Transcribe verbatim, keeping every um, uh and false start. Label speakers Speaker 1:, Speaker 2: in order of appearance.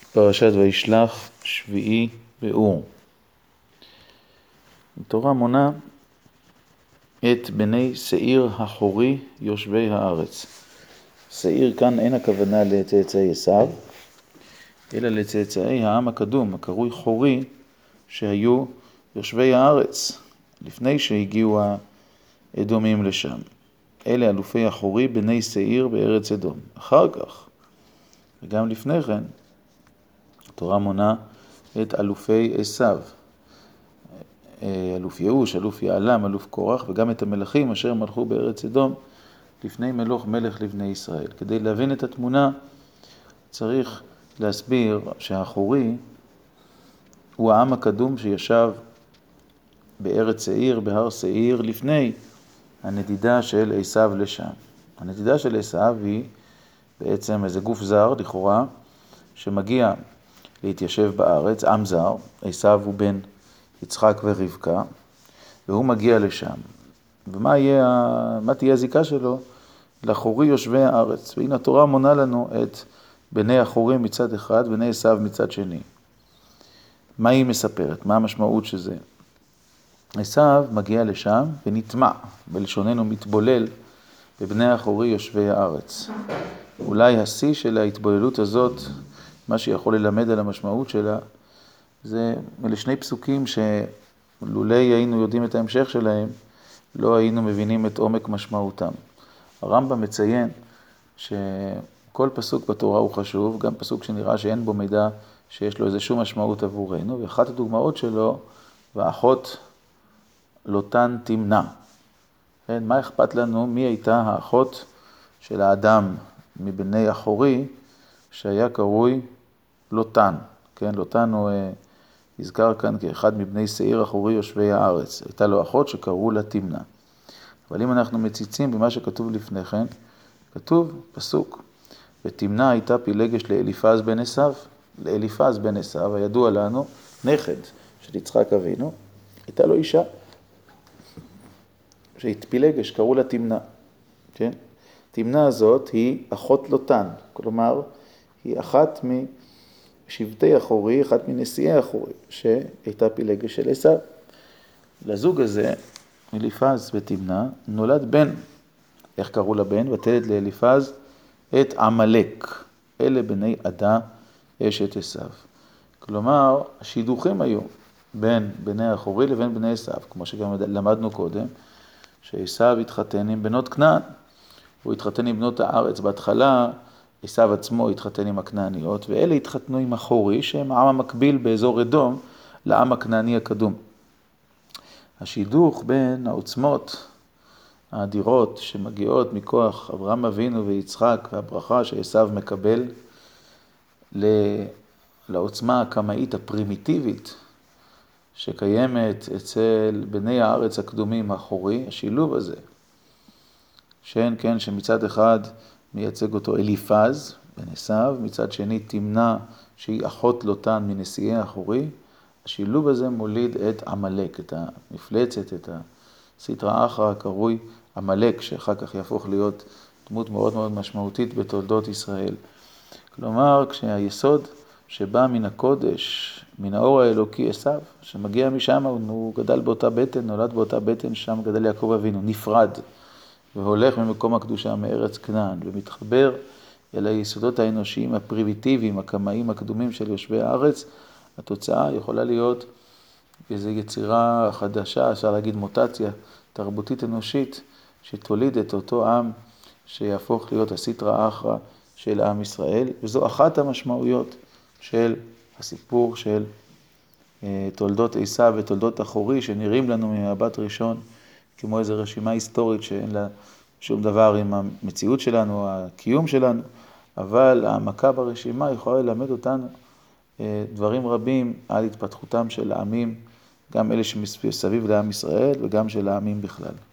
Speaker 1: פרשת וישלח שביעי באור. התורה מונה את בני שעיר החורי יושבי הארץ. שעיר כאן אין הכוונה לצאצאי עשיו, אלא לצאצאי העם הקדום, הקרוי חורי, שהיו יושבי הארץ, לפני שהגיעו האדומים לשם. אלה אלופי החורי בני שעיר בארץ אדום. אחר כך, וגם לפני כן, התורה מונה את אלופי עשיו, אלוף יהוש, אלוף יעלם, אלוף קורח, וגם את המלכים אשר מלכו בארץ אדום לפני מלוך מלך לבני ישראל. כדי להבין את התמונה צריך להסביר שהחורי הוא העם הקדום שישב בארץ שעיר, בהר שעיר, לפני הנדידה של עשיו לשם. הנדידה של עשיו היא בעצם איזה גוף זר, לכאורה, שמגיע להתיישב בארץ, עם זר. עשיו הוא בן יצחק ורבקה, והוא מגיע לשם. ומה יהיה, מה תהיה הזיקה שלו? לחורי יושבי הארץ. והנה התורה מונה לנו את בני החורי מצד אחד, בני עשיו מצד שני. מה היא מספרת? מה המשמעות שזה? עשיו מגיע לשם ונטמע, בלשוננו מתבולל, בבני החורי יושבי הארץ. אולי השיא של ההתבוללות הזאת, מה שיכול ללמד על המשמעות שלה, זה אלה שני פסוקים שלולי היינו יודעים את ההמשך שלהם, לא היינו מבינים את עומק משמעותם. הרמב"ם מציין שכל פסוק בתורה הוא חשוב, גם פסוק שנראה שאין בו מידע שיש לו איזה שום משמעות עבורנו, ואחת הדוגמאות שלו, והאחות לוטן תמנע. כן, מה אכפת לנו? מי הייתה האחות של האדם מבני החורי שהיה קרוי לוטן? כן, לוטן הוא הזכר כאן כאחד מבני שעיר החורי יושבי הארץ. הייתה לו אחות שקראו לה תמנע. אבל אם אנחנו מציצים במה שכתוב לפני כן, כתוב פסוק, ותמנע הייתה פילגש לאליפז בן עשיו. לאליפז בן עשיו, הידוע לנו, נכד של יצחק אבינו, הייתה לו אישה שהתפילגש, קראו לה תמנע. כן? תמנע הזאת היא אחות לוטן, כלומר, היא אחת משבטי החורי, אחת מנשיאי החורי, שהייתה פילגש של עשיו. לזוג הזה, אליפז ותמנע, נולד בן. איך קראו לבן? ותלד לאליפז את עמלק. אלה בני עדה אשת עשיו. כלומר, השידוכים היו בין בני החורי לבין בני עשיו, כמו שגם למדנו קודם, שעשיו התחתן עם בנות כנען. הוא התחתן עם בנות הארץ בהתחלה, עשיו עצמו התחתן עם הכנעניות, ואלה התחתנו עם החורי, שהם העם המקביל באזור אדום לעם הכנעני הקדום. השידוך בין העוצמות האדירות שמגיעות מכוח אברהם אבינו ויצחק, והברכה שעשיו מקבל לעוצמה הקמאית הפרימיטיבית שקיימת אצל בני הארץ הקדומים החורי, השילוב הזה, שאין כן שמצד אחד מייצג אותו אליפז בן עשיו, מצד שני תמנע שהיא אחות לוטן מנשיאי החורי, השילוב הזה מוליד את עמלק, את המפלצת, את הסטרא אחרא הקרוי עמלק, שאחר כך יהפוך להיות דמות מאוד מאוד משמעותית בתולדות ישראל. כלומר, כשהיסוד שבא מן הקודש, מן האור האלוקי עשיו, שמגיע משם, הוא גדל באותה בטן, נולד באותה בטן, שם גדל יעקב אבינו, נפרד, והולך ממקום הקדושה מארץ כנען, ומתחבר אל היסודות האנושיים הפרימיטיביים, הקמאיים הקדומים של יושבי הארץ. התוצאה יכולה להיות איזו יצירה חדשה, אפשר להגיד מוטציה תרבותית אנושית, שתוליד את אותו עם שיהפוך להיות הסטרא אחרא של עם ישראל, וזו אחת המשמעויות של הסיפור של תולדות עשיו ותולדות החורי, שנראים לנו ממבט ראשון כמו איזו רשימה היסטורית שאין לה שום דבר עם המציאות שלנו, הקיום שלנו, אבל העמקה ברשימה יכולה ללמד אותנו דברים רבים על התפתחותם של העמים, גם אלה שמסביב לעם ישראל וגם של העמים בכלל.